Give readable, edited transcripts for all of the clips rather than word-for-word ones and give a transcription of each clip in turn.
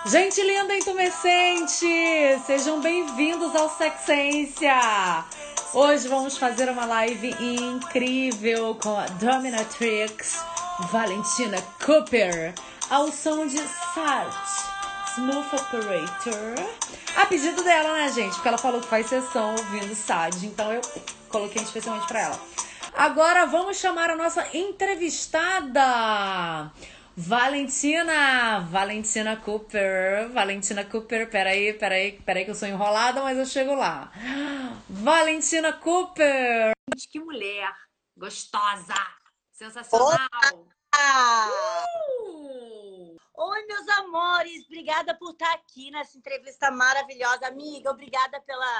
Gente linda, entumescente! Sejam bem-vindos ao Sexência! Hoje vamos fazer uma live incrível com a Dominatrix Valentina Cooper ao som de Sart, Smooth Operator. A pedido dela, né, gente? Porque ela falou que faz sessão ouvindo SAD, então eu coloquei especialmente pra ela. Agora vamos chamar a nossa entrevistada! Valentina Cooper, peraí que eu sou enrolada, mas eu chego lá. Valentina Cooper, gente, que mulher gostosa, sensacional. Olá! Uh! Oi, meus amores! Obrigada por estar aqui nessa entrevista maravilhosa. Amiga, obrigada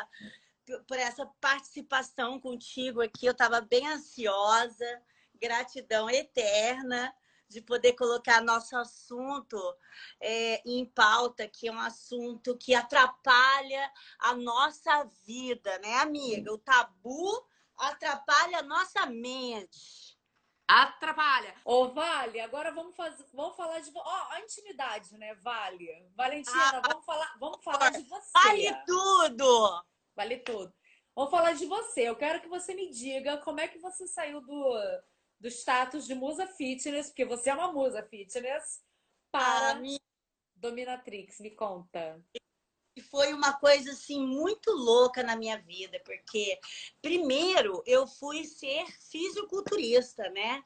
por essa participação contigo aqui. Eu estava bem ansiosa. Gratidão eterna de poder colocar nosso assunto em pauta, que é um assunto que atrapalha a nossa vida, né, amiga? O tabu atrapalha a nossa mente. Atrapalha. Ô, Vale, agora vamos falar de a intimidade, né, Vale? Valentina, vamos falar de você. Vale tudo! Vale tudo. Vamos falar de você. Eu quero que você me diga como é que você saiu do status de musa fitness, porque você é uma musa fitness, para Amiga, dominatrix. Me conta. foi uma coisa assim muito louca na minha vida, porque primeiro eu fui ser fisiculturista, né?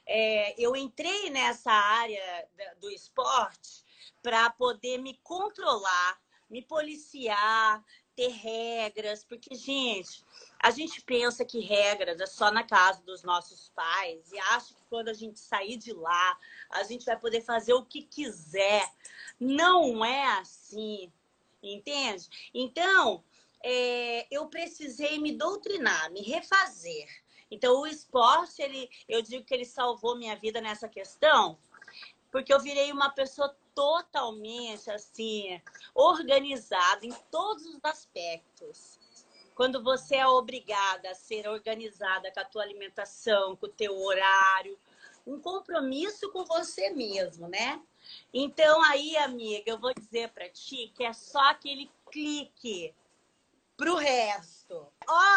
Eu entrei nessa área do esporte para poder me controlar, me policiar, ter regras, porque, gente, a gente pensa que regras é só na casa dos nossos pais e acha que quando a gente sair de lá, a gente vai poder fazer o que quiser. Não é assim, entende? Então, eu precisei me doutrinar, me refazer. Então, o esporte, eu digo que ele salvou minha vida nessa questão, porque eu virei uma pessoa totalmente assim, organizada em todos os aspectos. Quando você é obrigada a ser organizada com a tua alimentação, com o teu horário, um compromisso com você mesmo, né? Então aí, amiga, eu vou dizer para ti que é só aquele clique pro resto.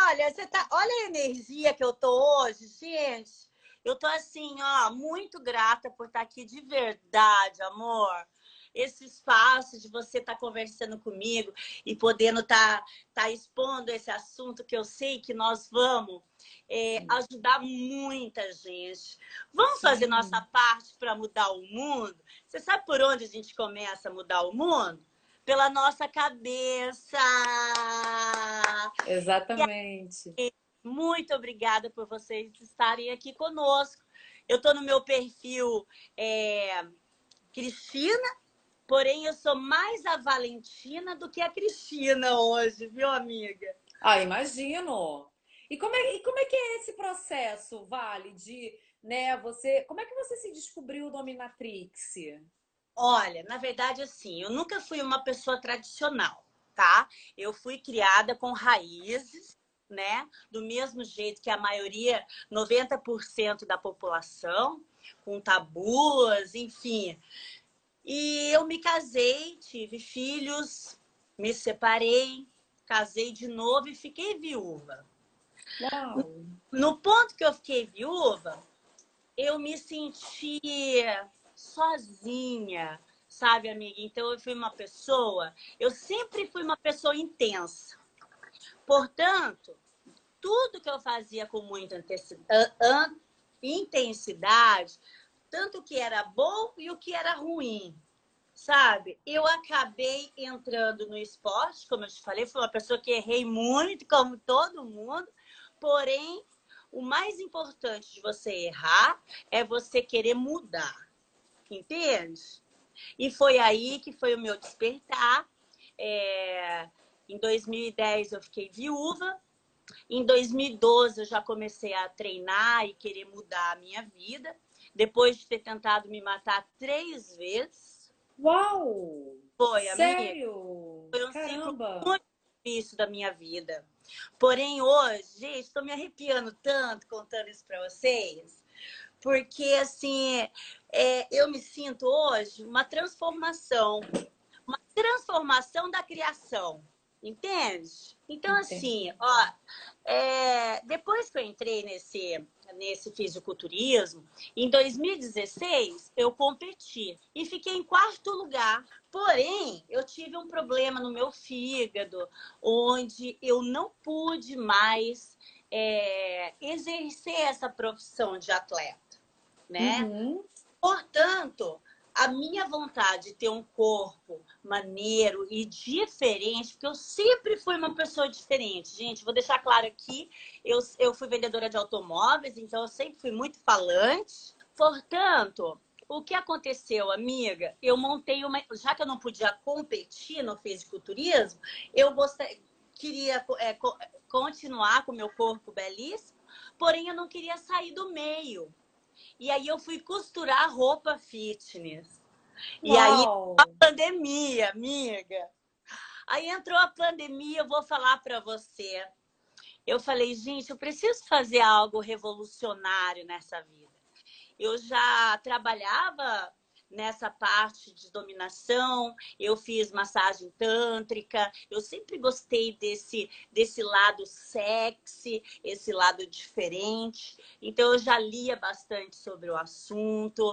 Olha a energia que eu tô hoje, gente. Eu tô assim, ó, muito grata por estar aqui de verdade, amor. Esse espaço de você estar conversando comigo e podendo tá expondo esse assunto que eu sei que nós vamos ajudar muita gente. Vamos fazer nossa Sim, parte para mudar o mundo? Você sabe por onde a gente começa a mudar o mundo? Pela nossa cabeça. exatamente. Muito obrigada por vocês estarem aqui conosco. Eu estou no meu perfil Cristina, porém eu sou mais a Valentina do que a Cristina hoje, viu, amiga? Ah, imagino. E como é que é esse processo, Vale, de, né, como é que você se descobriu dominatrix? Olha, na verdade, assim, eu nunca fui uma pessoa tradicional, tá? Eu fui criada com raízes, né? Do mesmo jeito que a maioria, 90% da população, com tabus, enfim. E eu me casei, tive filhos, me separei, casei de novo e fiquei viúva. Uau! No ponto que eu fiquei viúva, eu me senti sozinha, sabe, amiga? Então eu sempre fui uma pessoa intensa. Portanto, tudo que eu fazia com muita intensidade, tanto o que era bom e o que era ruim, sabe? Eu acabei entrando no esporte, como eu te falei, fui uma pessoa que errei muito, como todo mundo, porém, o mais importante de você errar é você querer mudar, entende? E foi aí que foi o meu despertar. É... Em 2010 eu fiquei viúva, em 2012 eu já comecei a treinar e querer mudar a minha vida, depois de ter tentado me matar 3 vezes. Uau! Foi, amiga. Sério? Foi um ciclo Caramba! muito difícil da minha vida. Porém, hoje, gente, estou me arrepiando tanto contando isso para vocês, porque, assim, eu me sinto hoje uma transformação, transformação da criação, entende? Então, Entendi. assim, ó, depois que eu entrei nesse fisiculturismo, em 2016 eu competi e fiquei em quarto lugar. Porém, eu tive um problema no meu fígado, onde eu não pude mais exercer essa profissão de atleta, né? Uhum. Portanto, a minha vontade de ter um corpo maneiro e diferente, porque eu sempre fui uma pessoa diferente. Gente, vou deixar claro aqui, eu fui vendedora de automóveis, então eu sempre fui muito falante. Portanto, o que aconteceu, amiga? Eu montei uma... Já que eu não podia competir no fisiculturismo, queria continuar com o meu corpo belíssimo, porém eu não queria sair do meio. E aí eu fui costurar roupa fitness. E aí a Uau! pandemia, amiga. Aí entrou a pandemia, eu vou falar para você. Eu falei, gente, eu preciso fazer algo revolucionário nessa vida. Eu já trabalhava nessa parte de dominação, eu fiz massagem tântrica, eu sempre gostei desse lado sexy, esse lado diferente. Então, eu já lia bastante sobre o assunto,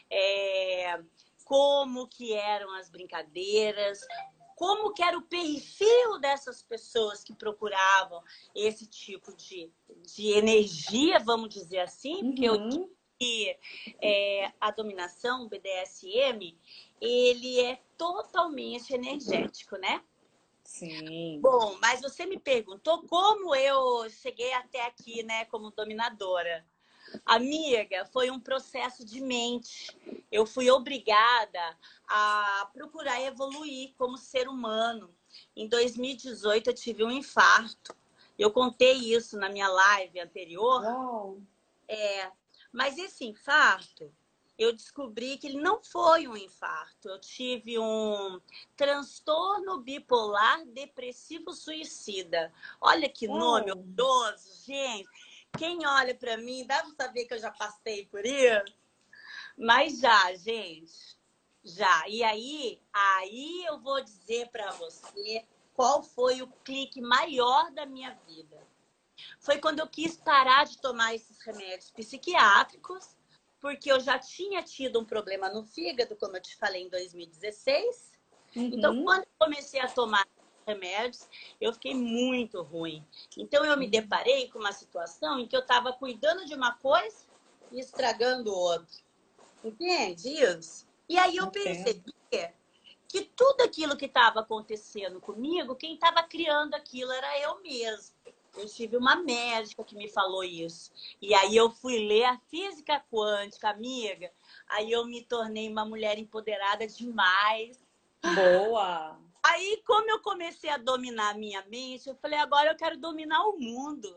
como que eram as brincadeiras, como que era o perfil dessas pessoas que procuravam esse tipo de energia, vamos dizer assim, porque eu Uhum. que a dominação, o BDSM, ele é totalmente energético, né? Sim. Bom, mas você me perguntou como eu cheguei até aqui, né, como dominadora. Amiga, foi um processo de mente. Eu fui obrigada a procurar evoluir como ser humano. Em 2018, eu tive um infarto. Eu contei isso na minha live anterior. Uau! Mas esse infarto, eu descobri que ele não foi um infarto. Eu tive um transtorno bipolar depressivo suicida. Olha que nome Uau! horroroso, gente. Quem olha para mim deve saber que eu já passei por isso. Mas já, gente, já. E aí eu vou dizer para você qual foi o clique maior da minha vida. Foi quando eu quis parar de tomar esses remédios psiquiátricos, porque eu já tinha tido um problema no fígado, como eu te falei, em 2016. Então, Uhum. quando eu comecei a tomar remédios, eu fiquei muito ruim. Então, eu me deparei com uma situação em que eu estava cuidando de uma coisa e estragando outra. Entende isso? E aí eu Entendo. percebi que tudo aquilo que estava acontecendo comigo, quem estava criando aquilo era eu mesma. Eu tive uma médica que me falou isso. E aí eu fui ler a física quântica, amiga. Aí eu me tornei uma mulher empoderada demais. Boa! Aí, como eu comecei a dominar a minha mente, eu falei, agora eu quero dominar o mundo.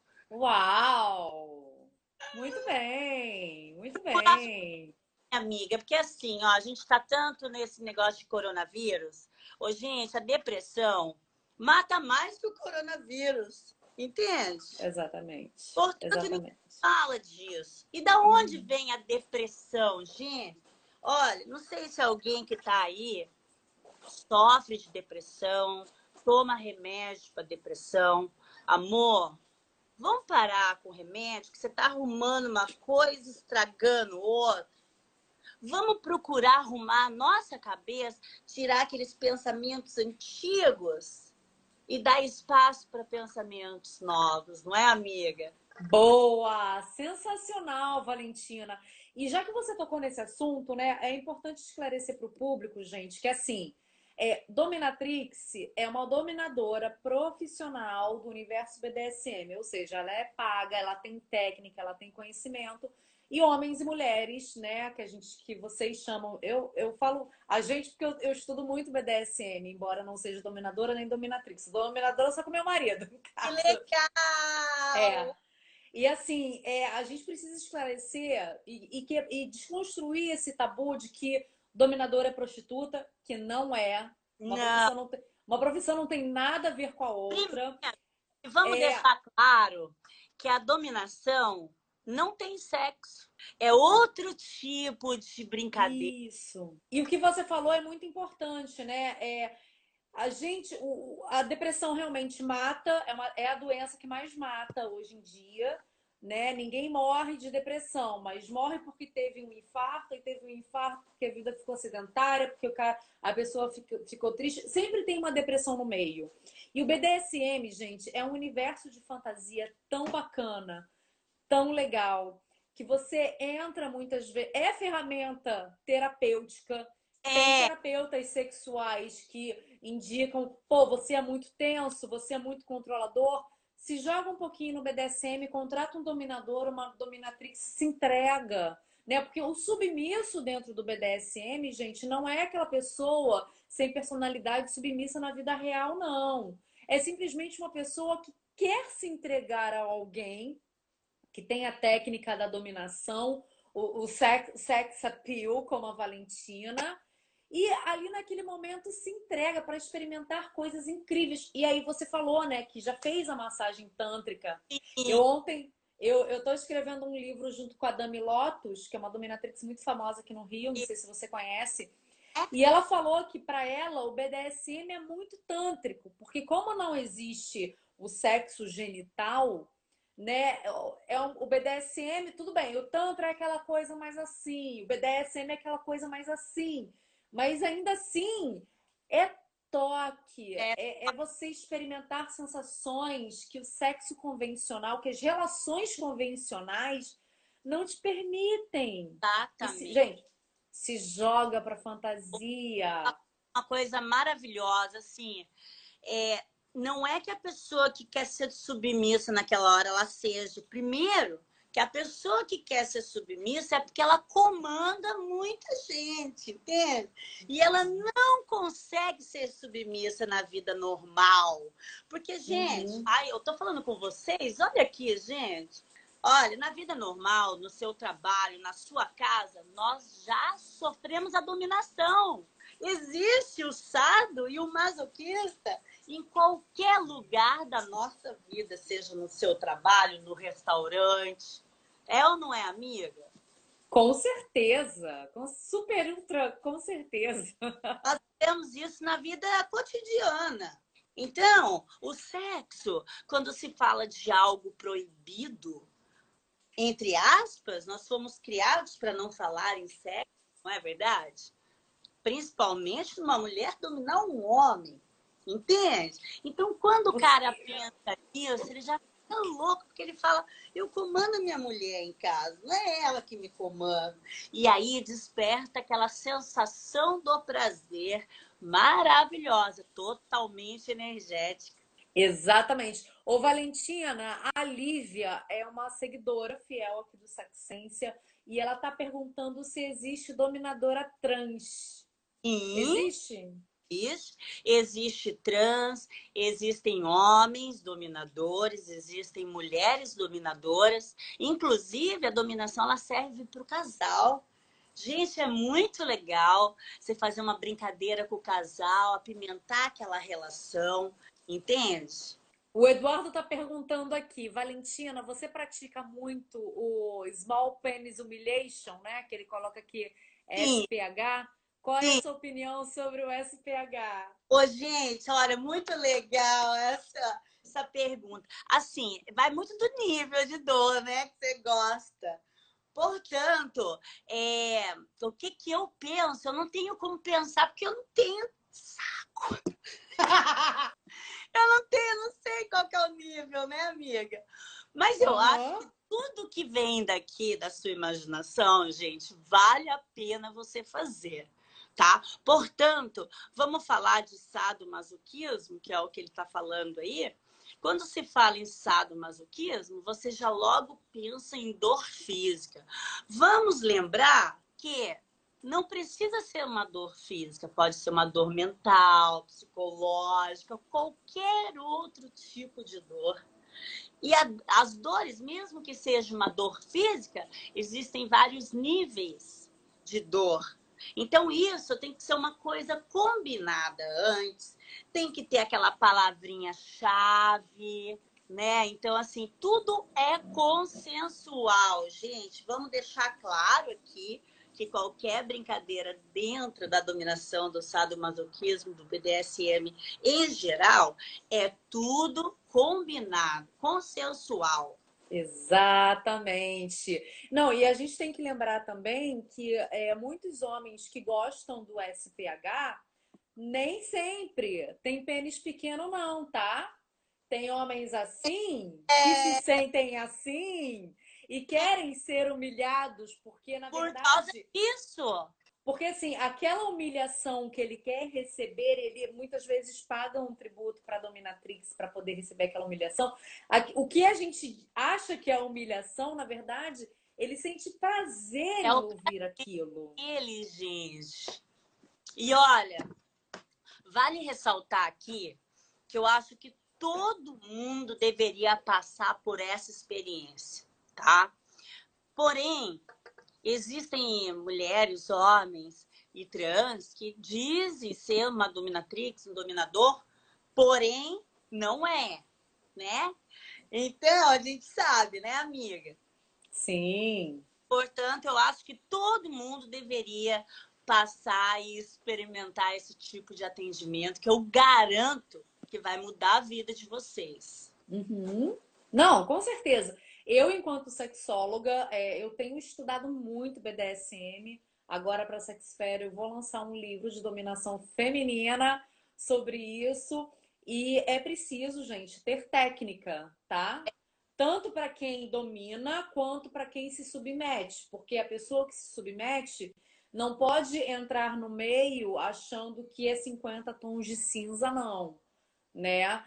Uau! Muito bem, muito bem. Amiga, porque assim, ó, a gente está tanto nesse negócio de coronavírus. Ô, gente, a depressão mata mais que o coronavírus, entende? Exatamente, Portanto, ninguém exatamente. fala disso. E da onde vem a depressão, gente? Olha, não sei se alguém que está aí sofre de depressão, toma remédio para depressão. Amor, vamos parar com o remédio, que você está arrumando uma coisa, estragando outra. Vamos procurar arrumar a nossa cabeça, tirar aqueles pensamentos antigos e dar espaço para pensamentos novos, não é, amiga? Boa! Sensacional, Valentina. E já que você tocou nesse assunto, né, é importante esclarecer para o público, gente, que assim, Dominatrix é uma dominadora profissional do universo BDSM, ou seja, ela é paga, ela tem técnica, ela tem conhecimento. E homens e mulheres, né, que vocês chamam, eu falo a gente porque eu estudo muito BDSM, embora não seja dominadora nem dominatrix. Dominadora só com meu marido, no Que caso. É, legal! e assim, a gente precisa esclarecer e desconstruir esse tabu de que dominador é prostituta, que não é. Não, Uma profissão não tem nada a ver com a primeiro, outra. vamos É, deixar claro que a dominação não tem sexo. É outro tipo de brincadeira. Isso. E o que você falou é muito importante, né? A gente, a depressão realmente mata, é a doença que mais mata hoje em dia, né? Ninguém morre de depressão, mas morre porque teve um infarto, e teve um infarto porque a vida ficou sedentária, porque a pessoa ficou triste. Sempre tem uma depressão no meio. E o BDSM, gente, é um universo de fantasia tão bacana, tão legal, que você entra muitas vezes. É ferramenta terapêutica. Tem É, terapeutas sexuais que indicam, pô, você é muito tenso, você é muito controlador. Se joga um pouquinho no BDSM, contrata um dominador, uma dominatrix, se entrega. Né? Porque o submisso dentro do BDSM, gente, não é aquela pessoa sem personalidade submissa na vida real, não. É simplesmente uma pessoa que quer se entregar a alguém que tem a técnica da dominação, o sex appeal, como a Valentina, e ali naquele momento se entrega para experimentar coisas incríveis. E aí você falou, né, que já fez a massagem tântrica. Eu sim. ontem eu estou escrevendo um livro junto com a Dami Lotus, que é uma dominatrix muito famosa aqui no Rio, não sei se você conhece. E ela falou que para ela o BDSM é muito tântrico, porque como não existe o sexo genital, né? O BDSM, tudo bem, o Tantra é aquela coisa mais assim, o BDSM é aquela coisa mais assim, mas ainda assim é toque, É, é você experimentar sensações que o sexo convencional, que as relações convencionais não te permitem. exatamente. Gente, se joga pra fantasia. Uma coisa maravilhosa, assim. Não é que a pessoa que quer ser submissa naquela hora ela seja. Primeiro, que a pessoa que quer ser submissa é porque ela comanda muita gente, entende? E ela não consegue ser submissa na vida normal. Porque, gente, Uhum. ai, eu tô falando com vocês, olha aqui, gente. Olha, na vida normal, no seu trabalho, na sua casa, nós já sofremos a dominação. Existe o sado e o masoquista em qualquer lugar da nossa vida, seja no seu trabalho, no restaurante. É ou não é, amiga? Com certeza, com super ultra, com certeza. Nós temos isso na vida cotidiana. Então, o sexo, quando se fala de algo proibido, entre aspas, nós fomos criados para não falar em sexo, não é verdade? Principalmente uma mulher dominar um homem. Entende? Então, quando o cara pensa nisso, ele já fica louco, porque ele fala: eu comando a minha mulher em casa, não é ela que me comanda. E aí desperta aquela sensação do prazer maravilhosa, totalmente energética. Exatamente. Ô, Valentina, a Lívia é uma seguidora fiel aqui do Sexência e ela tá perguntando se existe dominadora trans. Sim, Existe? existe trans, existem homens dominadores, existem mulheres dominadoras. Inclusive, a dominação ela serve para o casal. Gente, é muito legal você fazer uma brincadeira com o casal, apimentar aquela relação, entende? O Eduardo tá perguntando aqui, Valentina, você pratica muito o Small Penis Humiliation, né? Que ele coloca aqui Sim, SPH. Qual é a sim. sua opinião sobre o SPH? Ô, gente, olha, muito legal essa pergunta. Assim, vai muito do nível de dor, né, que você gosta. Portanto, o que que eu penso? Eu não tenho como pensar porque eu não tenho saco. Eu não tenho, não sei qual que é o nível, né, amiga? Mas eu acho Aham. que tudo que vem daqui da sua imaginação, gente, vale a pena você fazer, tá? Portanto, vamos falar de sadomasoquismo, que é o que ele está falando aí. Quando se fala em sadomasoquismo, você já logo pensa em dor física. Vamos lembrar que não precisa ser uma dor física, pode ser uma dor mental, psicológica, qualquer outro tipo de dor. E as dores, mesmo que seja uma dor física, existem vários níveis de dor. Então, isso tem que ser uma coisa combinada antes. Tem que ter aquela palavrinha-chave, né? Então, assim, tudo é consensual, gente. Vamos deixar claro aqui que qualquer brincadeira dentro da dominação, do sadomasoquismo, do BDSM em geral, é tudo combinado, consensual. Exatamente. Não, e a gente tem que lembrar também que muitos homens que gostam do SPH nem sempre tem pênis pequeno, não, tá? Tem homens assim que se sentem assim e querem ser humilhados, porque na Por causa verdade, disso, porque assim, aquela humilhação que ele quer receber, ele muitas vezes paga um tributo para a dominatrix para poder receber aquela humilhação. O que a gente acha que é humilhação, na verdade, ele sente prazer é em o ouvir aquilo. dele, gente. E olha, vale ressaltar aqui que eu acho que todo mundo deveria passar por essa experiência, tá? Porém, existem mulheres, homens e trans que dizem ser uma dominatrix, um dominador, porém não é, né? Então, a gente sabe, né, amiga? Sim. Portanto, eu acho que todo mundo deveria passar e experimentar esse tipo de atendimento, que eu garanto que vai mudar a vida de vocês. Uhum. Não, com certeza. Eu, enquanto sexóloga, eu tenho estudado muito BDSM. Agora, para a Sexfera, eu vou lançar um livro de dominação feminina sobre isso. E é preciso, gente, ter técnica, tá? Tanto para quem domina quanto para quem se submete. Porque a pessoa que se submete não pode entrar no meio achando que é 50 tons de cinza, não, né?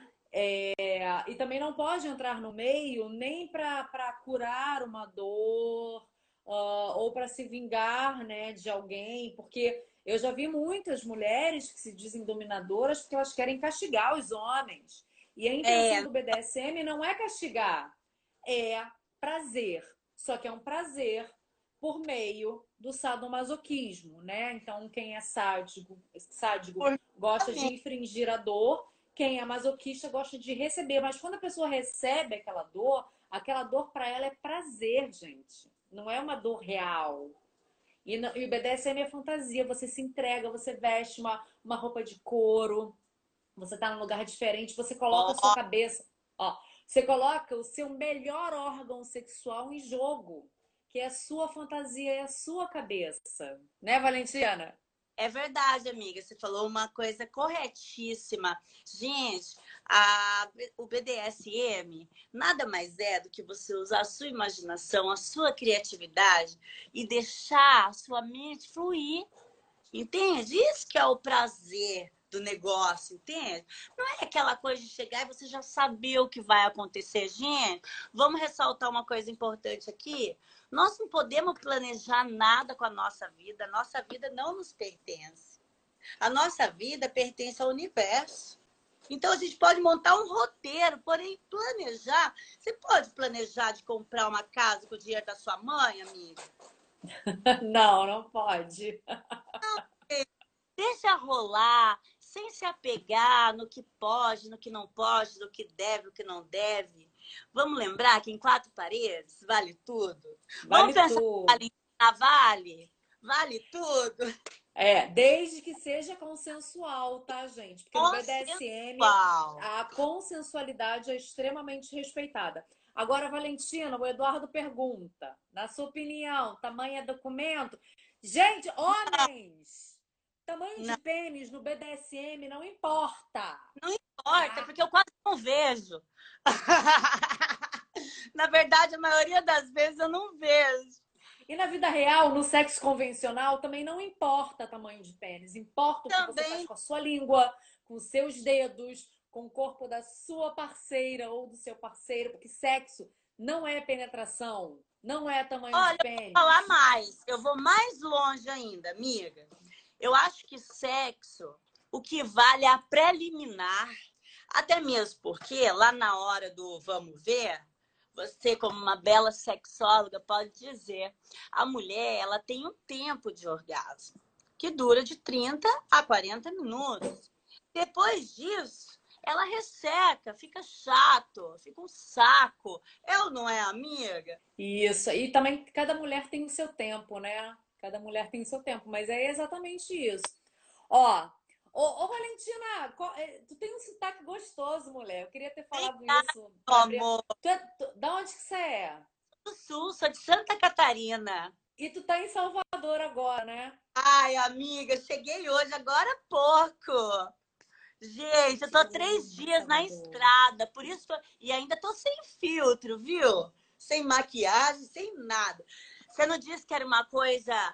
E também não pode entrar no meio nem para curar uma dor, ou para se vingar, né, de alguém, porque eu já vi muitas mulheres que se dizem dominadoras porque elas querem castigar os homens. E a intenção É, do BDSM não é castigar, é prazer. Só que é um prazer por meio do sadomasoquismo, né? Então, quem é sádico gosta de infringir a dor, quem é masoquista gosta de receber, mas quando a pessoa recebe aquela dor para ela é prazer, gente. Não é uma dor real. E o BDSM é fantasia. Você se entrega, você veste uma roupa de couro, você tá num lugar diferente, você coloca a sua ó, cabeça. Ó, você coloca o seu melhor órgão sexual em jogo, que é a sua fantasia e a sua cabeça. Né, Valentina? é verdade, amiga. Você falou uma coisa corretíssima. Gente, o BDSM nada mais é do que você usar a sua imaginação, a sua criatividade e deixar a sua mente fluir. Entende? Isso que é o prazer do negócio, entende? Não é aquela coisa de chegar e você já saber o que vai acontecer. Gente, vamos ressaltar uma coisa importante aqui. Nós não podemos planejar nada com a nossa vida. A nossa vida não nos pertence. A nossa vida pertence ao universo. Então a gente pode montar um roteiro, porém planejar. Você pode planejar de comprar uma casa com o dinheiro da sua mãe, amiga? Não, não pode. Deixa rolar, sem se apegar no que pode, no que não pode, no que deve, o que não deve. Vamos lembrar que em quatro paredes vale tudo. Vamos Vale pensar que tudo. vale, vale? Vale tudo. Desde que seja consensual, tá, gente? Porque no BDSM Consensual. a consensualidade é extremamente respeitada. Agora, Valentina, o Eduardo pergunta, na sua opinião, tamanho é documento? Gente, homens, tamanho de Não, pênis no BDSM não importa, não importa, tá? porque eu quase não vejo. Na verdade, a maioria das vezes eu não vejo. E na vida real, no sexo convencional, também não importa tamanho de pênis. Importa o que você faz Também, com a sua língua, com os seus dedos, com o corpo da sua parceira ou do seu parceiro, porque sexo não é penetração, não é tamanho de olha, eu vou falar pênis. mais. Eu vou mais longe ainda, amiga. Eu acho que sexo, o que vale é a preliminar. Até mesmo porque lá na hora do vamos ver, você, como uma bela sexóloga, pode dizer, a mulher ela tem um tempo de orgasmo que dura de 30 a 40 minutos. Depois disso, ela resseca, fica chato, fica um saco. Eu não é, amiga? Isso. E também cada mulher tem o seu tempo, né? Cada mulher tem o seu tempo, mas é exatamente isso. Ó, Valentina, tu tem um sotaque gostoso, mulher. Eu queria ter falado isso Meu para abrir. amor, Da onde que você é? do Sul, sou de Santa Catarina. E tu tá em Salvador agora, né? Ai, amiga, cheguei hoje, agora há pouco. Gente, eu tô três Em dias na Salvador. estrada, por isso e ainda tô sem filtro, viu? Sem maquiagem, sem nada. Você não disse que era uma coisa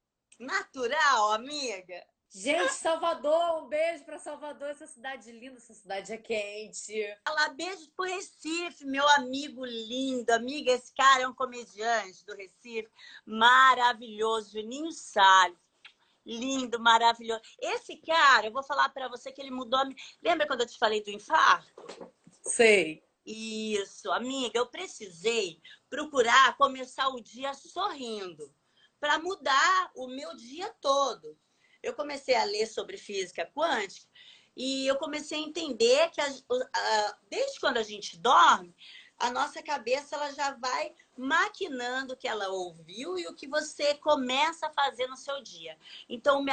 natural, amiga? Gente, Salvador, um beijo para Salvador, essa cidade linda, essa cidade é quente. Falar beijo pro Recife, meu amigo lindo. Amiga, esse cara é um comediante do Recife, maravilhoso, Juninho Salles. Lindo, maravilhoso. Esse cara, eu vou falar pra você que ele mudou. Lembra quando eu te falei do infarto? Sei. Isso, amiga, eu precisei procurar começar o dia sorrindo para mudar o meu dia todo. Eu comecei a ler sobre física quântica e eu comecei a entender que desde quando a gente dorme, a nossa cabeça ela já vai maquinando o que ela ouviu e o que você começa a fazer no seu dia. Então,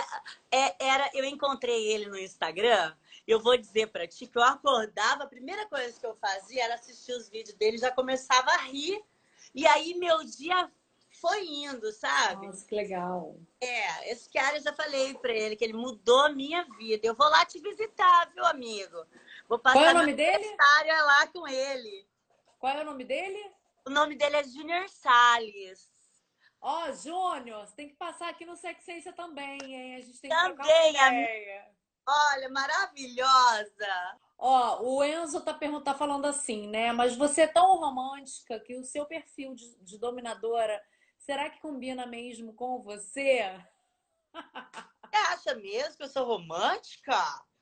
eu encontrei ele no Instagram. Eu vou dizer para ti que eu acordava, a primeira coisa que eu fazia era assistir os vídeos dele, já começava a rir. E aí meu dia foi indo, sabe? Nossa, que legal. Esse cara eu já falei para ele que ele mudou a minha vida. Eu vou lá te visitar, viu, amigo? Vou Qual é o passar meu nome dele? aniversário lá com ele. Qual é o nome dele? O nome dele é Junior Salles. Ó, Júnior, você tem que passar aqui no Sexência também, hein? A gente tem que trocar uma Também, amiga. ideia. Olha, maravilhosa. Ó, o Enzo tá falando assim, né? Mas você é tão romântica que o seu perfil de dominadora, será que combina mesmo com você? Você acha mesmo que eu sou romântica?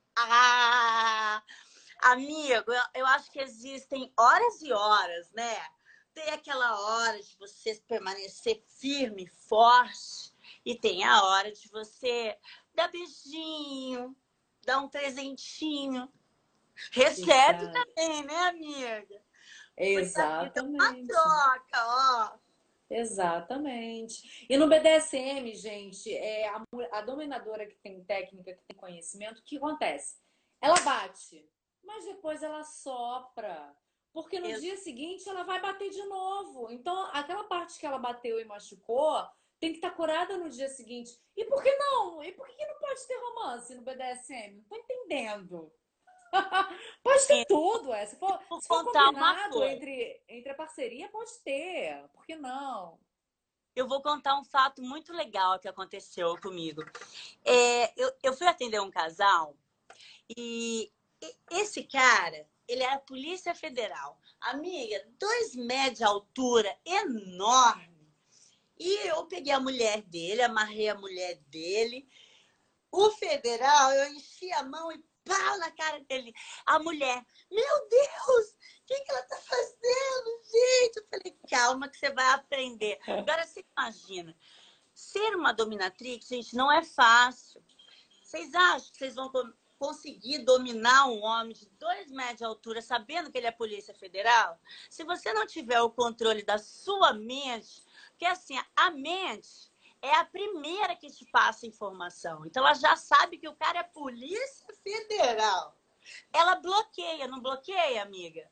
Ah, amigo, eu acho que existem horas e horas, né? Tem aquela hora de você permanecer firme, forte, e tem a hora de você dar beijinho, dar um presentinho. Recebe Exato. também, né, amiga? Porque a vida é uma Exatamente. troca, ó. Exatamente. E no BDSM, gente, a dominadora que tem técnica, que tem conhecimento, o que acontece? Ela bate, mas depois ela sopra. Porque no dia seguinte ela vai bater de novo. Então, aquela parte que ela bateu e machucou tem que estar curada no dia seguinte. E por que não? E por que não pode ter romance no BDSM? Não tô entendendo. Pode ter tudo, é. Vou Se for contar uma combinado coisa. entre a parceria, pode ter. Por que não? Eu vou contar um fato muito legal que aconteceu comigo. Eu fui atender um casal e esse cara, ele era Polícia Federal. Amiga, 2 metros de altura, enorme. E eu peguei a mulher dele, amarrei a mulher dele. O federal, eu enchi a mão e pau na cara dele. A mulher, meu Deus, o que ela tá fazendo, gente? Eu falei, calma que você vai aprender. Agora você imagina, ser uma dominatrix, gente, não é fácil. Vocês acham que vocês vão conseguir dominar um homem de 2 metros de altura sabendo que ele é Polícia Federal? Se você não tiver o controle da sua mente, porque assim, a mente é a primeira que te passa informação. Então ela já sabe que o cara é Polícia Federal. Ela bloqueia, não bloqueia, amiga?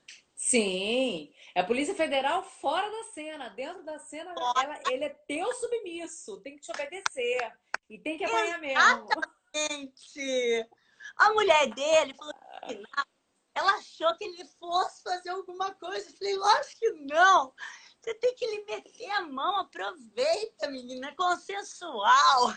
Sim, é a Polícia Federal fora da cena. Dentro da cena, ele é teu submisso, tem que te obedecer e tem que apanhar mesmo. Exatamente. A mulher dele falou que não. Ela achou que ele fosse fazer alguma coisa. Eu falei, lógico que não. Você tem que lhe meter a mão. Aproveita, menina. É consensual.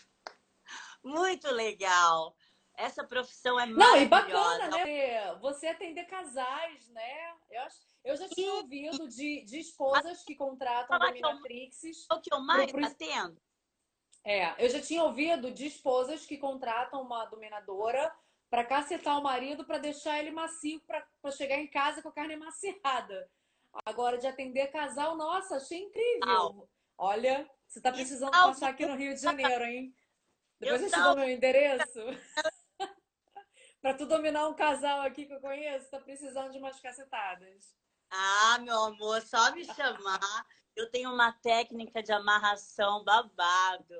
Muito legal. Essa profissão é Não, e bacana, maravilhosa. né? Você atender casais, né? Eu já tinha ouvido de esposas que contratam Falar que é dominatrixes. o que eu mais atendo. Eu já tinha ouvido de esposas que contratam uma dominadora para cacetar o marido para deixar ele macio para chegar em casa com a carne maciada. Agora, de atender casal, nossa, achei incrível. Olha, você tá precisando passar aqui no Rio de Janeiro, hein? Eu Depois eu te dou salvo. meu endereço. Pra tu dominar um casal aqui que eu conheço, tá precisando de umas cacetadas. Ah, meu amor, só me chamar. Eu tenho uma técnica de amarração babado.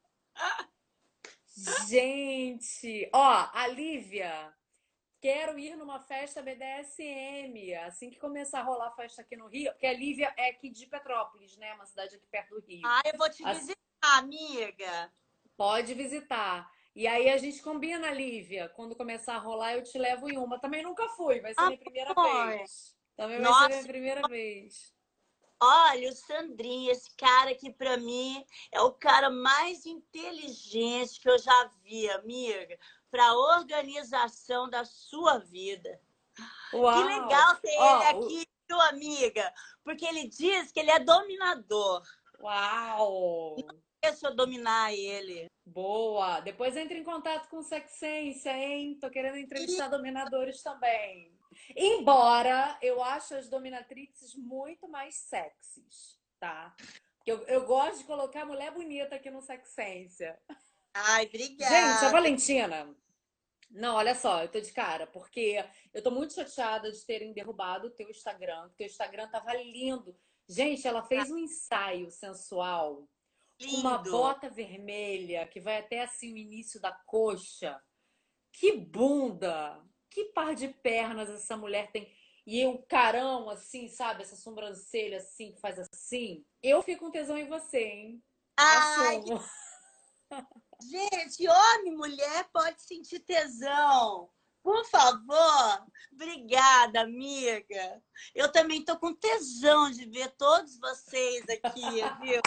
Gente, ó, a Lívia, quero ir numa festa BDSM. Assim que começar a rolar festa aqui no Rio, porque a Lívia é aqui de Petrópolis, né? Uma cidade aqui perto do Rio. Ah, eu vou te As- visitar, amiga. Pode visitar. E aí a gente combina, Lívia. Quando começar a rolar, eu te levo em uma. Também nunca fui, vai ser minha primeira Amor. vez. Também vai ser minha Nossa, primeira vez. olha, o Sandrinho, esse cara aqui pra mim é o cara mais inteligente que eu já vi, amiga, para organização da sua vida. Que Uau! legal ter Ó, ele aqui, viu, amiga? Porque ele diz que ele é dominador. uau! Deixa eu dominar ele. Boa! Depois entre em contato com Sexência, hein? Tô querendo E, entrevistar dominadores também. Embora eu ache as dominatrixes muito mais sexys, tá? Porque eu gosto de colocar mulher bonita aqui no Sexência. ai, Gente, a obrigada. Valentina. Não, olha só, eu tô de cara, porque eu tô muito chateada de terem derrubado o teu Instagram. O teu Instagram tava lindo. Gente, ela fez um ensaio sensual com uma Lindo. bota vermelha que vai até assim o início da coxa. Que bunda! Que par de pernas essa mulher tem. E o carão, assim, sabe? Essa sobrancelha assim, que faz assim. Eu fico com tesão em você, hein? Ai, Assumo. gente, homem, mulher pode sentir tesão. Por favor. Obrigada, amiga. Eu também tô com tesão de ver todos vocês aqui, viu?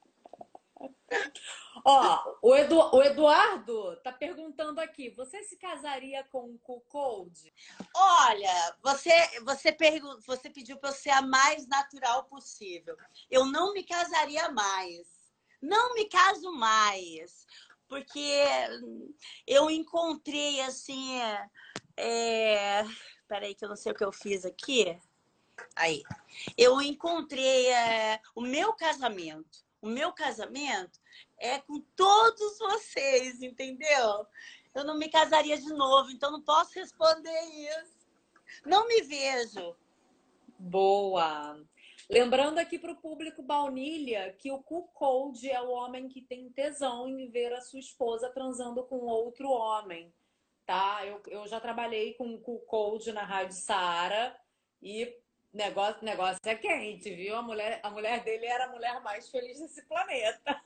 Ó, o Eduardo tá perguntando aqui: você se casaria com o Cuckold? Olha, você pediu para eu ser a mais natural possível. Eu não me casaria mais. Não me caso mais. Porque eu encontrei assim. Peraí, que eu não sei o que eu fiz aqui. Aí. Eu encontrei o meu casamento. O meu casamento é com todos vocês, entendeu? Eu não me casaria de novo, então não posso responder isso. Não me vejo. Boa! Lembrando aqui para o público baunilha que o Cuckold é o homem que tem tesão em ver a sua esposa transando com outro homem, tá? Eu já trabalhei com o Cuckold na Rádio Saara e negócio é quente, viu? A mulher dele era a mulher mais feliz desse planeta.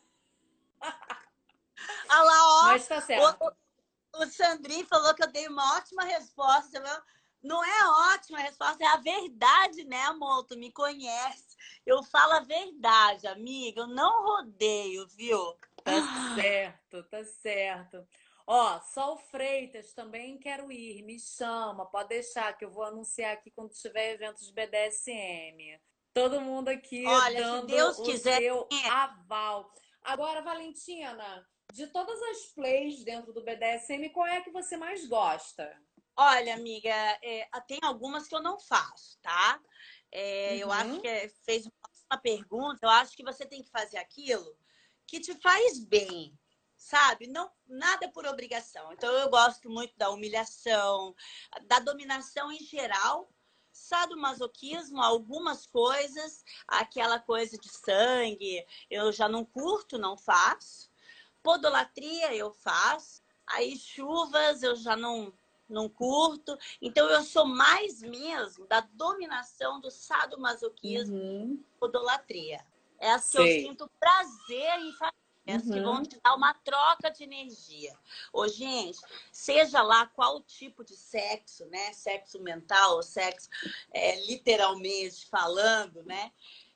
Olha lá, Mas tá ó. certo. O Sandrinho falou que eu dei uma ótima resposta. Não é ótima resposta, é a verdade, né, amor? Tu me conhece. Eu falo a verdade, amiga. Eu não rodeio, viu? Tá certo, tá certo. Ó, Sol Freitas, também quero ir, me chama, pode deixar que eu vou anunciar aqui quando tiver eventos BDSM. Todo mundo aqui Olha, se dando Deus o quiser. seu aval. Agora, Valentina, de todas as plays dentro do BDSM, qual é a que você mais gosta? Olha, amiga, tem algumas que eu não faço, tá? Eu acho Uhum, que fez uma pergunta. Eu acho que você tem que fazer aquilo que te faz bem, sabe? Não, nada por obrigação. Então, eu gosto muito da humilhação, da dominação em geral, sadomasoquismo, algumas coisas, aquela coisa de sangue, eu já não curto, não faço. Podolatria eu faço. Aí chuvas eu já não curto. Então eu sou mais mesmo da dominação do sadomasoquismo, uhum, podolatria. É as que eu sei. sinto prazer em fazer. As que vão Uhum, te dar uma troca de energia. Ô, gente, seja lá qual tipo de sexo, né? Sexo mental, ou sexo literalmente falando, né?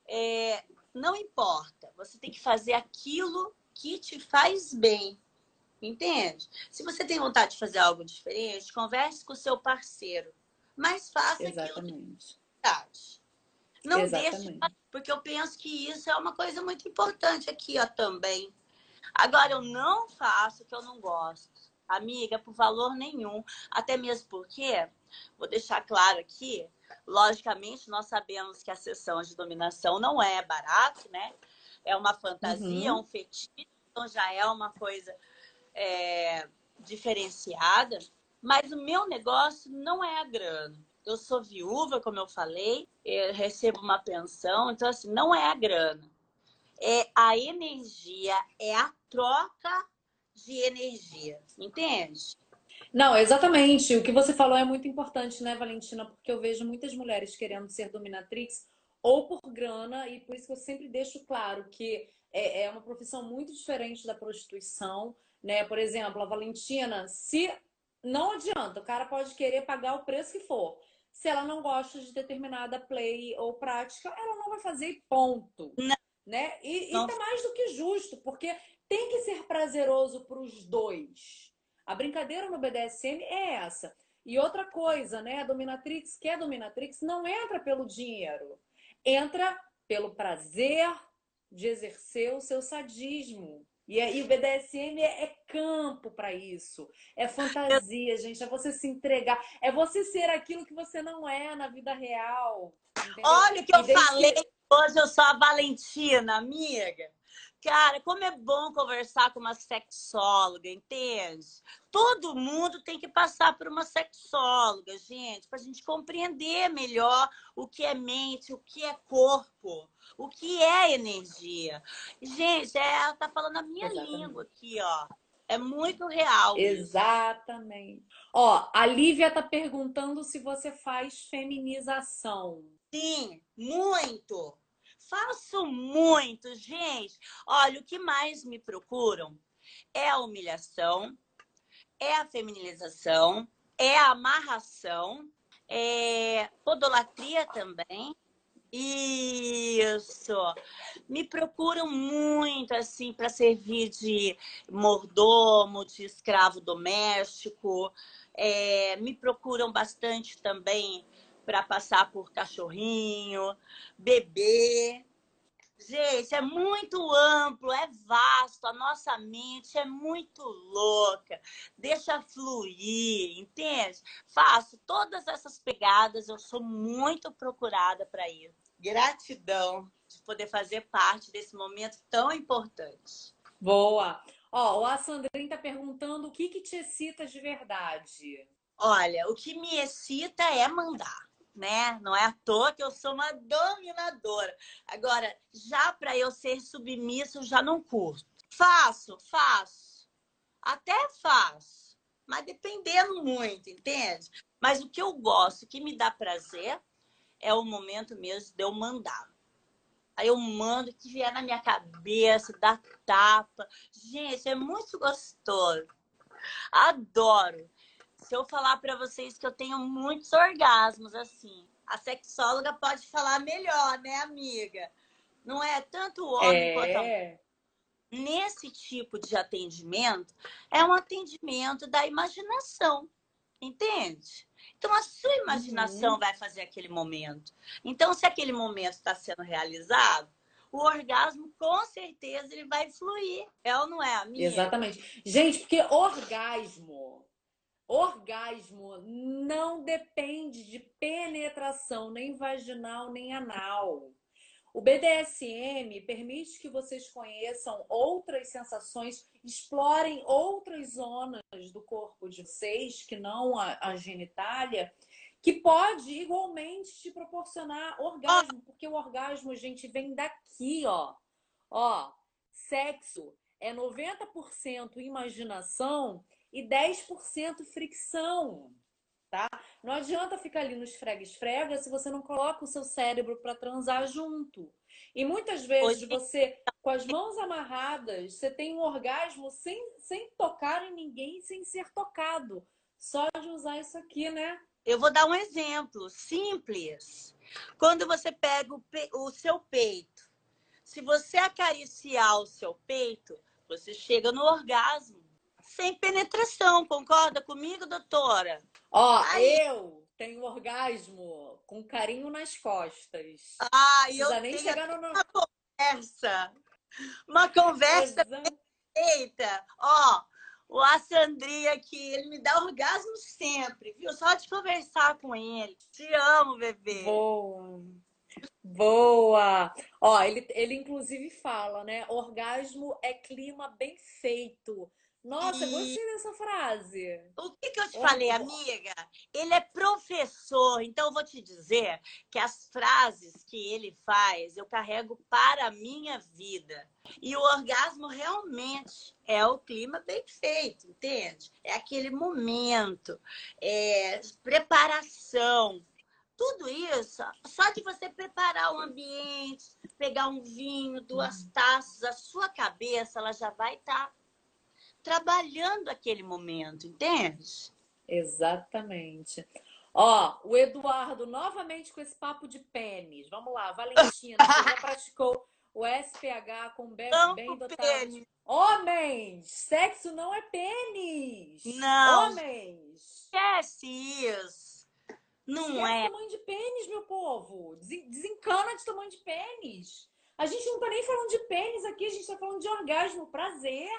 Não importa. Você tem que fazer aquilo que te faz bem. Entende? Se você tem vontade de fazer algo diferente, converse com o seu parceiro. Mas faça aquilo que exatamente. é verdade. Não deixe de fazer, Exatamente. porque eu penso que isso é uma coisa muito importante aqui, ó, também. Agora, eu não faço o que eu não gosto. Amiga, por valor nenhum. Até mesmo porque, vou deixar claro aqui, logicamente, nós sabemos que a sessão de dominação não é barato, né? É uma fantasia, é um Uhum, fetiche, então já é uma coisa diferenciada. Mas o meu negócio não é a grana. Eu sou viúva, como eu falei, eu recebo uma pensão, então assim, não é a grana. É a energia, é a troca de energia, entende? Não, exatamente. O que você falou é muito importante, né, Valentina? Porque eu vejo muitas mulheres querendo ser dominatrix ou por grana, e por isso que eu sempre deixo claro que é uma profissão muito diferente da prostituição, né? Por exemplo, a Valentina, se não adianta, o cara pode querer pagar o preço que for. Se ela não gosta de determinada play ou prática, ela não vai fazer e ponto, Não, né? E não. tá mais do que justo, porque tem que ser prazeroso para os dois. A brincadeira no BDSM é essa. E outra coisa, né? A dominatrix, que é dominatrix, não entra pelo dinheiro. Entra pelo prazer de exercer o seu sadismo. E aí o BDSM é campo para isso. É fantasia, gente. É você se entregar. É você ser aquilo que você não é na vida real. Entendeu? Olha o que E eu desde falei. que. Hoje eu sou a Valentina, amiga. Cara, como é bom conversar com uma sexóloga, entende? Todo mundo tem que passar por uma sexóloga, gente, para a gente compreender melhor o que é mente, o que é corpo, o que é energia. Gente, ela tá falando a minha língua Exatamente. aqui, ó. É muito real isso. Exatamente. Ó, a Lívia tá perguntando se você faz feminização. Sim, muito. Faço muito, gente. Olha, o que mais me procuram é a humilhação, é a feminilização, é a amarração, é podolatria também. Isso. Me procuram muito assim para servir de mordomo, de escravo doméstico. Me procuram bastante também para passar por cachorrinho, bebê. Gente, é muito amplo, é vasto, a nossa mente é muito louca. Deixa fluir, entende? Faço todas essas pegadas, eu sou muito procurada para isso. Gratidão de poder fazer parte desse momento tão importante. Boa. Ó, a Sandrine tá perguntando o que que te excita de verdade. Olha, o que me excita é mandar, né? Não é à toa que eu sou uma dominadora. Agora, já para eu ser submissa, eu já não curto. Faço. Até faço, mas dependendo muito, entende? Mas o que eu gosto, o que me dá prazer, é o momento mesmo de eu mandar. Aí eu mando o que vier na minha cabeça, dá tapa. Gente, é muito gostoso. Adoro. Se eu falar para vocês que eu tenho muitos orgasmos, assim, a sexóloga pode falar melhor, né, amiga? Não é tanto o homem quanto a mulher. É. Nesse tipo de atendimento, é um atendimento da imaginação, entende? Então, a sua imaginação Uhum. vai fazer aquele momento. Então, se aquele momento está sendo realizado, o orgasmo, com certeza, ele vai fluir. É ou não é, amiga? Exatamente. Gente, porque orgasmo não depende de penetração, nem vaginal, nem anal. O BDSM permite que vocês conheçam outras sensações, explorem outras zonas do corpo de vocês, que não a genitália, que pode igualmente te proporcionar Ó, orgasmo, porque o orgasmo, gente, vem daqui, ó. Ó, sexo é 90% imaginação e 10% fricção. Tá? Não adianta ficar ali no esfrega-esfrega se você não coloca o seu cérebro para transar junto. E muitas vezes hoje você, com as mãos amarradas, você tem um orgasmo sem tocar em ninguém, sem ser tocado. Só de usar isso aqui, né? eu vou dar um exemplo simples. Quando você pega o seu peito, se você acariciar o seu peito, você chega no orgasmo. Sem penetração, concorda comigo, doutora? Ó, Aí, eu tenho orgasmo com carinho nas costas. eu Precisa nem tenho chegar até no. uma conversa. Uma conversa Exato. feita. Ó, o Assandria aqui, ele me dá orgasmo sempre, viu? Só de conversar com ele. Te amo, bebê. Boa. Boa! Ó, ele inclusive fala, né? Orgasmo é clima bem feito. Nossa, gostei dessa frase. O que que eu te Or- falei, amiga? Ele é professor, então eu vou te dizer que as frases que ele faz eu carrego para a minha vida. E o orgasmo realmente é o clima bem feito, entende? É aquele momento, preparação. Tudo isso, só de você preparar o ambiente, pegar um vinho, duas taças, a sua cabeça ela já vai estar trabalhando aquele momento, entende? Exatamente. Ó, o Eduardo novamente com esse papo de pênis. Vamos lá, Valentina, você já praticou o SPH com bem Amo dotados? pênis. Homens! Sexo não é pênis! Não, Homens! esquece isso. Não Esquece é. tamanho de pênis, meu povo! Desencana de tamanho de pênis! A gente não tá nem falando de pênis aqui, a gente tá falando de orgasmo, prazer.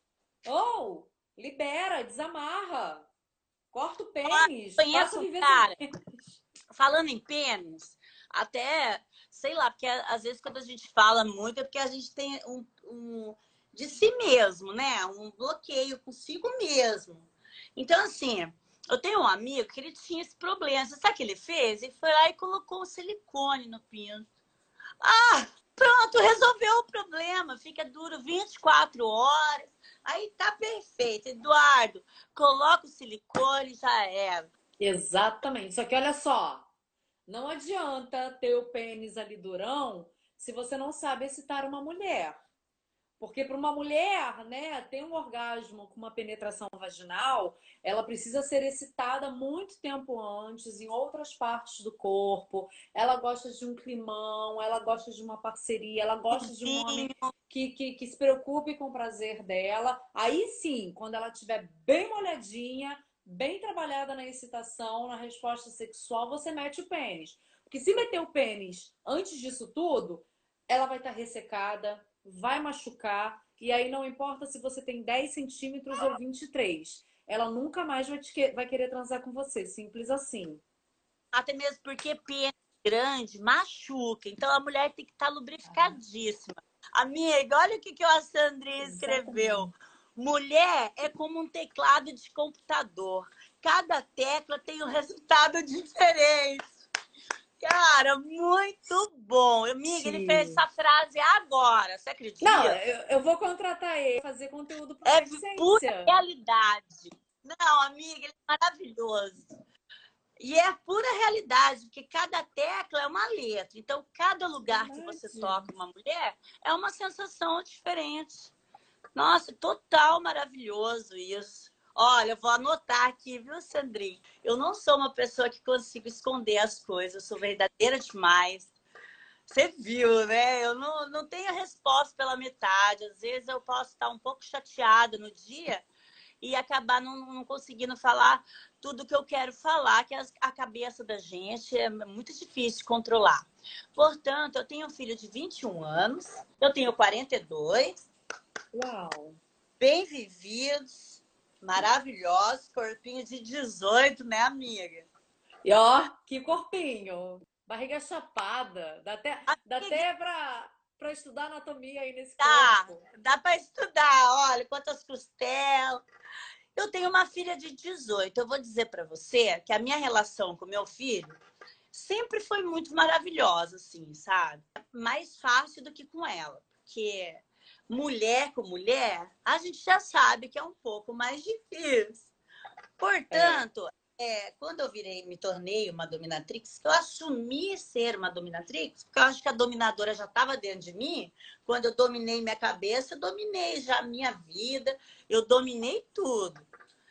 Ou, libera, desamarra. Corta o pênis, passa a Conheço um viver sem cara, pênis. falando em pênis, até, sei lá, porque às vezes quando a gente fala muito é porque a gente tem um de si mesmo, né? Um bloqueio consigo mesmo. Então, assim, eu tenho um amigo que ele tinha esse problema. Você sabe o que ele fez? Ele foi lá e colocou um silicone no pinto. Ah, pronto, resolveu o problema. Fica duro 24 horas. Aí tá perfeito. Eduardo, coloca o silicone, já era. Exatamente. Só que olha só, não adianta ter o pênis ali durão se você não sabe excitar uma mulher. Porque para uma mulher, né, ter um orgasmo com uma penetração vaginal, ela precisa ser excitada muito tempo antes, em outras partes do corpo. Ela gosta de um climão, ela gosta de uma parceria, ela gosta de um homem Sim, que se preocupe com o prazer dela. Aí sim, quando ela estiver bem molhadinha, bem trabalhada na excitação, na resposta sexual, você mete o pênis. Porque se meter o pênis antes disso tudo, ela vai estar ressecada, vai machucar, e aí não importa se você tem 10 centímetros ou 23. Ela nunca mais vai querer transar com você. Simples assim. até mesmo porque pênis grande machuca. Então a mulher tem que estar lubrificadíssima. Amiga, olha o que a Sandrinha escreveu. Exatamente. Mulher é como um teclado de computador. Cada tecla tem um resultado diferente. Cara, muito bom. Amiga, ele fez Gente. essa frase agora, você Não, acredita? eu vou contratar ele pra fazer conteúdo pro É pura Sexência. realidade. Não, amiga, ele é maravilhoso. E é pura realidade, porque cada tecla é uma letra. Então, cada lugar que você Verdade. toca uma mulher é uma sensação diferente. Nossa, total maravilhoso isso. Olha, eu vou anotar aqui, viu, Sandrinho? Eu não sou uma pessoa que consigo esconder as coisas, eu sou verdadeira demais. Você viu, né? Eu não tenho resposta pela metade. Às vezes eu posso estar um pouco chateada no dia e acabar não conseguindo falar tudo que eu quero falar, que a cabeça da gente é muito difícil de controlar. Portanto, eu tenho um filho de 21 anos, eu tenho 42, Uau. bem vividos, maravilhosos, corpinho de 18, né, amiga? E ó, que corpinho. Barriga chapada. Dá Amiga, até pra estudar anatomia aí nesse dá, corpo. dá para estudar, olha, quantas costelas. Eu tenho uma filha de 18. Eu vou dizer para você que a minha relação com meu filho sempre foi muito maravilhosa, assim, sabe? Mais fácil do que com ela, porque mulher com mulher, a gente já sabe que é um pouco mais difícil. É. Portanto, quando eu me tornei uma dominatrix, eu assumi ser uma dominatrix, porque eu acho que a dominadora já estava dentro de mim. Quando eu dominei minha cabeça, eu dominei já a minha vida, eu dominei tudo.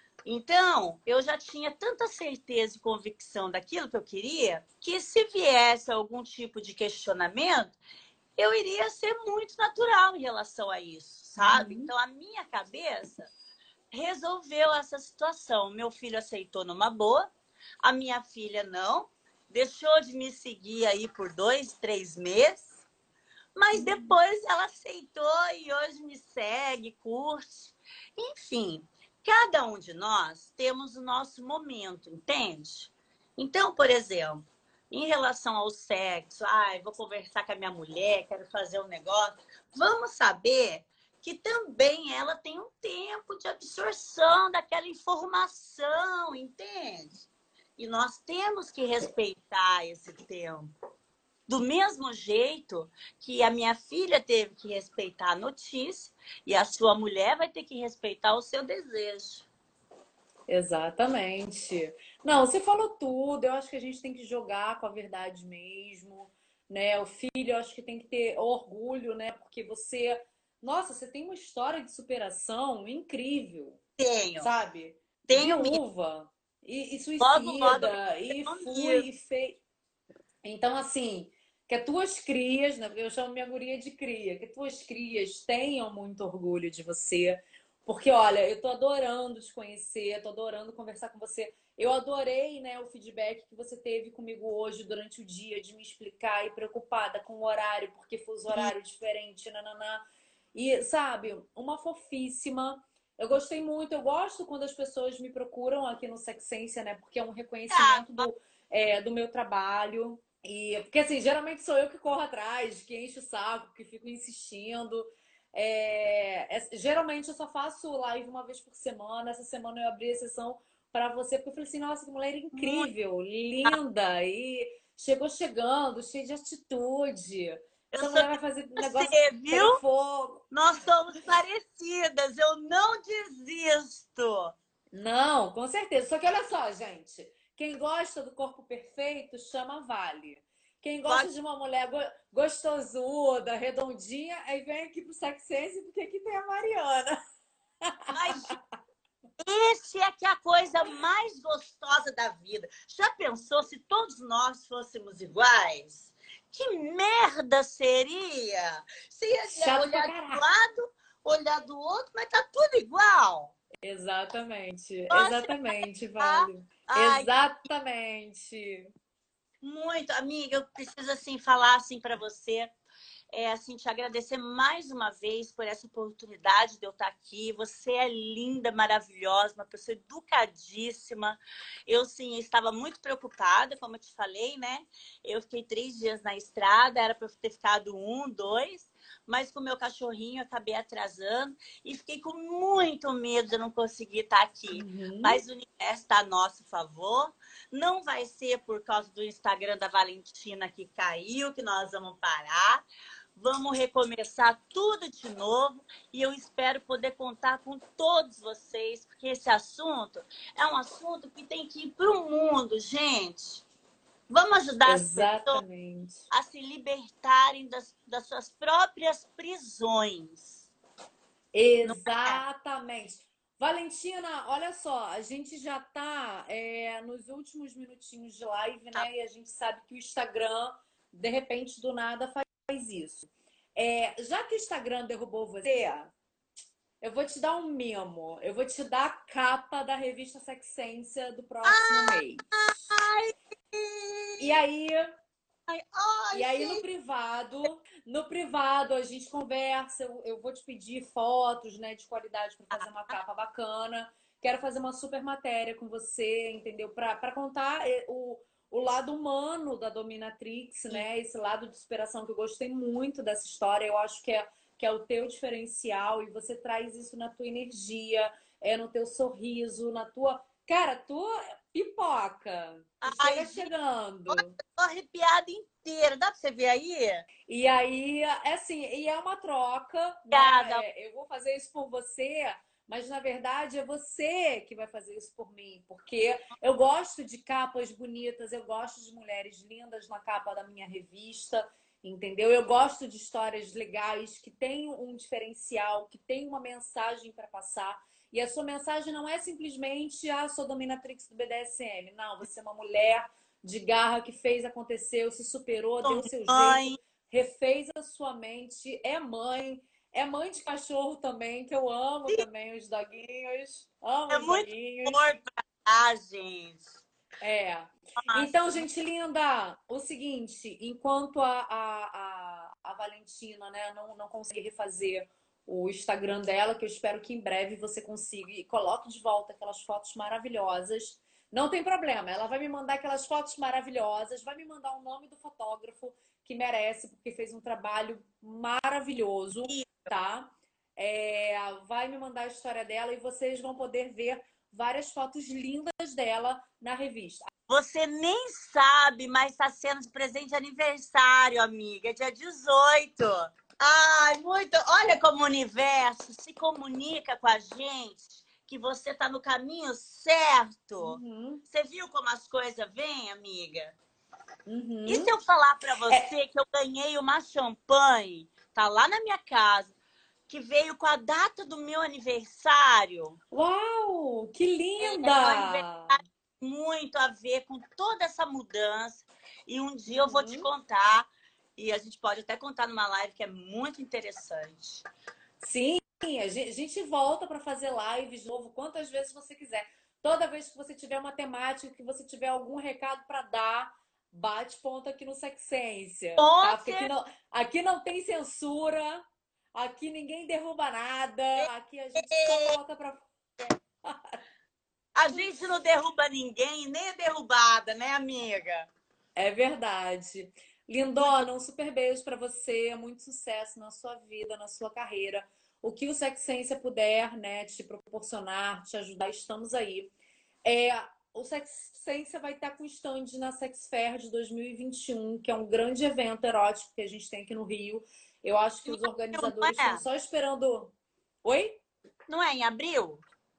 Então, eu já tinha tanta certeza e convicção daquilo que eu queria, que se viesse algum tipo de questionamento, eu iria ser muito natural em relação a isso, sabe? Uhum. Então, a minha cabeça resolveu essa situação. Meu filho aceitou numa boa, a minha filha não, deixou de me seguir aí por 2, 3 meses, mas depois ela aceitou e hoje me segue, curte. Enfim, cada um de nós temos o nosso momento, entende? Então, por exemplo, em relação ao sexo, vou conversar com a minha mulher, quero fazer um negócio. Vamos saber que também ela tem um tempo de absorção daquela informação, entende? E nós temos que respeitar esse tempo. Do mesmo jeito que a minha filha teve que respeitar a notícia e a sua mulher vai ter que respeitar o seu desejo. Exatamente. Não, você falou tudo. Eu acho que a gente tem que jogar com a verdade mesmo, né? O filho, eu acho que tem que ter orgulho, né? Porque você, nossa, você tem uma história de superação incrível, Tenho, sabe? tenho mesmo. Viúva e Logo, logo suicida e eu fui nisso. e fez. Então, assim, que as tuas crias, né? Eu chamo minha guria de cria, que tuas crias tenham muito orgulho de você. Porque, olha, eu tô adorando te conhecer, tô adorando conversar com você. Eu adorei, né, o feedback que você teve comigo hoje durante o dia, de me explicar e preocupada com o horário, porque fuso horário diferente, nananá. E, sabe, uma fofíssima. Eu gostei muito, eu gosto quando as pessoas me procuram aqui no Sexência, né? Porque é um reconhecimento do meu trabalho. E, porque assim, geralmente sou eu que corro atrás, que encho o saco, que fico insistindo. Geralmente eu só faço live uma vez por semana. Essa semana eu abri a sessão para você, porque eu falei assim, nossa, que mulher Muito. incrível, linda, e chegou chegando, cheia de atitude. Eu Essa sou mulher que vai fazer você, negócio viu? pegar fogo. Nós somos parecidas. Eu não desisto. Não, com certeza. Só que olha só, gente. Quem gosta do corpo perfeito chama Vale. Quem gosta Pode. de uma mulher gostosuda, redondinha, aí vem aqui pro Sex Sense, porque aqui tem a Mariana. Mas esse é que é a coisa mais gostosa da vida. Já pensou se todos nós fôssemos iguais? Que merda seria? Você ia Chato pra olhar de um caralho. lado, olhar do outro, mas tá tudo igual. Exatamente, Nossa, exatamente, tá? Vale. Ai, Exatamente. muito, amiga, eu preciso assim falar assim para você. Assim, te agradecer mais uma vez por essa oportunidade de eu estar aqui. Você é linda, maravilhosa, uma pessoa educadíssima. Eu, sim, estava muito preocupada, como eu te falei, né? Eu fiquei 3 dias na estrada, era para eu ter ficado 1, 2, mas com o meu cachorrinho eu acabei atrasando e fiquei com muito medo de eu não conseguir estar aqui. Uhum. Mas o universo está a nosso favor. Não vai ser por causa do Instagram da Valentina que caiu que nós vamos parar. Vamos recomeçar tudo de novo e eu espero poder contar com todos vocês, porque esse assunto é um assunto que tem que ir para o mundo, gente. Vamos ajudar as pessoas Exatamente. a se libertarem das suas próprias prisões. Não é? Exatamente. Valentina, olha só, a gente já tá nos últimos minutinhos de live, Tá. né? E a gente sabe que o Instagram, de repente, do nada, faz isso. Já que o Instagram derrubou você, eu vou te dar um mimo. Eu vou te dar a capa da revista Sexência do próximo mês. Ai, E aí, ai, ai, e aí gente. no privado a gente conversa, eu vou te pedir fotos, né, de qualidade para fazer uma capa bacana. Quero fazer uma super matéria com você, entendeu? Para contar o lado humano da dominatrix, né? Esse lado de superação que eu gostei muito dessa história. Eu acho que é o teu diferencial e você traz isso na tua energia, no teu sorriso, na tua. Cara, tua pipoca. Tu Ai, chega gente, chegando. tô arrepiada inteira. Dá para você ver aí? E aí, é assim, e é uma troca, Obrigada. né? Eu vou fazer isso por você, mas na verdade é você que vai fazer isso por mim, porque eu gosto de capas bonitas, eu gosto de mulheres lindas na capa da minha revista, entendeu? Eu gosto de histórias legais que têm um diferencial, que têm uma mensagem para passar. E a sua mensagem não é simplesmente, sou dominatrix do BDSM. Não, você é uma mulher de garra que fez, aconteceu, se superou, deu Sou seu jeito, mãe. refez a sua mente, é mãe de cachorro também, que eu amo também os doguinhos, amo É os muito doguinhos. amor pra cá, gente. É. Então, Nossa, gente linda, o seguinte, enquanto a Valentina, né, não consegue refazer o Instagram dela, que eu espero que em breve você consiga e coloque de volta aquelas fotos maravilhosas. Não tem problema, ela vai me mandar aquelas fotos maravilhosas, vai me mandar o nome do fotógrafo que merece, porque fez um trabalho maravilhoso, tá? vai me mandar a história dela e vocês vão poder ver várias fotos lindas dela na revista. Você nem sabe, mas está sendo de presente de aniversário, amiga, dia 18. Ai, muito. Olha como o universo se comunica com a gente, que você está no caminho certo. Uhum, Você viu como as coisas vêm, amiga? E se uhum. eu falar para É, você que eu ganhei uma champanhe, tá lá na minha casa, que veio com a data do meu aniversário? uau, que Meu linda! aniversário tem muito a ver com toda essa mudança. E um dia eu vou te Uhum. contar, e a gente pode até contar numa live que é muito interessante. Sim, a gente volta para fazer lives de novo quantas vezes você quiser. Toda vez que você tiver uma temática, que você tiver algum recado para dar, bate ponto aqui no Sexência, Com tá? Porque certeza, aqui não tem censura, aqui ninguém derruba nada, aqui a gente só coloca para. a gente não derruba ninguém, nem é derrubada, né, amiga? É verdade. Muito Lindona, um super beijo para você, muito sucesso na sua vida, na sua carreira. O que o Sexência puder, né, te proporcionar, te ajudar, estamos aí. É, o Sexência vai estar com stand na Sex Fair de 2021, que é um grande evento erótico que a gente tem aqui no Rio. Eu acho que os não organizadores estão é? só esperando. Oi? Não é em abril?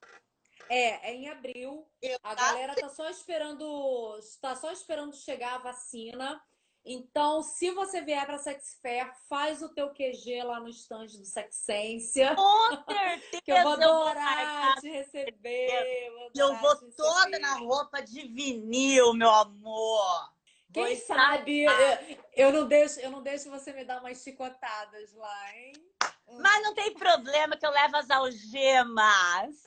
É em abril. Eu, A tá? galera tá só esperando chegar a vacina. Então, se você vier para Sex Fair, faz o teu QG lá no stand do Sexência, Com que eu vou certeza eu vou adorar marcar. te receber, vou E eu adorar vou te toda na receber. roupa de vinil, meu amor. Vou Quem estar. sabe eu não deixo você me dar umas chicotadas lá, hein? Mas não tem problema que eu levo as algemas.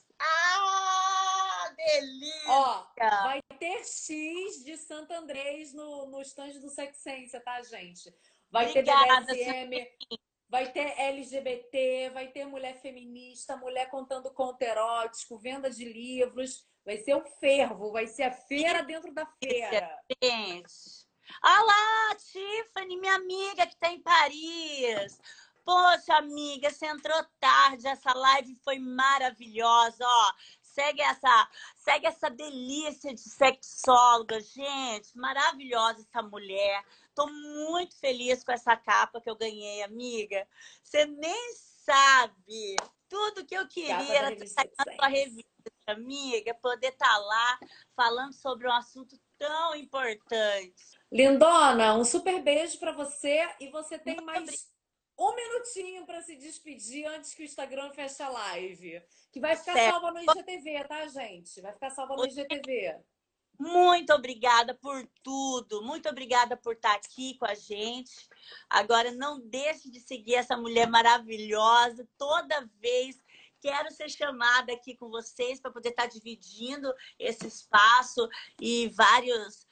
Ah, Ó, delícia! vai ter X de Santo Andrés no stand do Sexência, tá, gente? Vai ter Obrigada, BDSM, vai ter LGBT, vai ter mulher feminista, mulher contando conto erótico, venda de livros. Vai ser o fervo, vai ser a feira dentro da Suíça, feira. gente. Olha lá, Tiffany, minha amiga que tá em Paris. Poxa, amiga, você entrou tarde. Essa live foi maravilhosa. Ó, segue essa delícia de sexóloga, gente. Maravilhosa essa mulher. Tô muito feliz com essa capa que eu ganhei, amiga. Você nem sabe. Tudo que eu Capa queria da era revista estar na sua Sexência. revista, amiga, poder estar lá falando sobre um assunto tão importante. Lindona, um super beijo pra você e você tem Muito obrigada. mais um minutinho pra se despedir antes que o Instagram feche a live, que vai ficar Certo. salva no IGTV, tá, gente? Vai ficar salva no IGTV. Muito obrigada por tudo. Muito obrigada por estar aqui com a gente. Agora, não deixe de seguir essa mulher maravilhosa. Toda vez quero ser chamada aqui com vocês para poder estar dividindo esse espaço e vários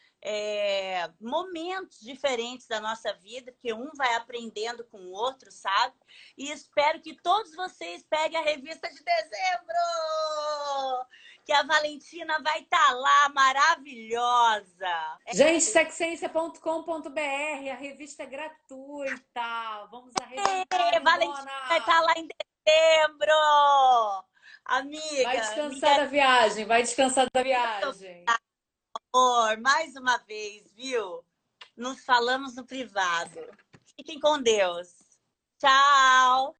momentos diferentes da nossa vida, porque um vai aprendendo com o outro, sabe? E espero que todos vocês peguem a revista de dezembro! Que a Valentina vai estar lá, maravilhosa. Gente, sexência.com.br, a revista é gratuita. Vamos arrebentar, Valentina vai estar lindona. lá em dezembro. Vai Amiga, descansar da viagem, vai descansar da muito viagem. amor, mais uma vez, viu? Nos falamos no privado. Fiquem com Deus. Tchau.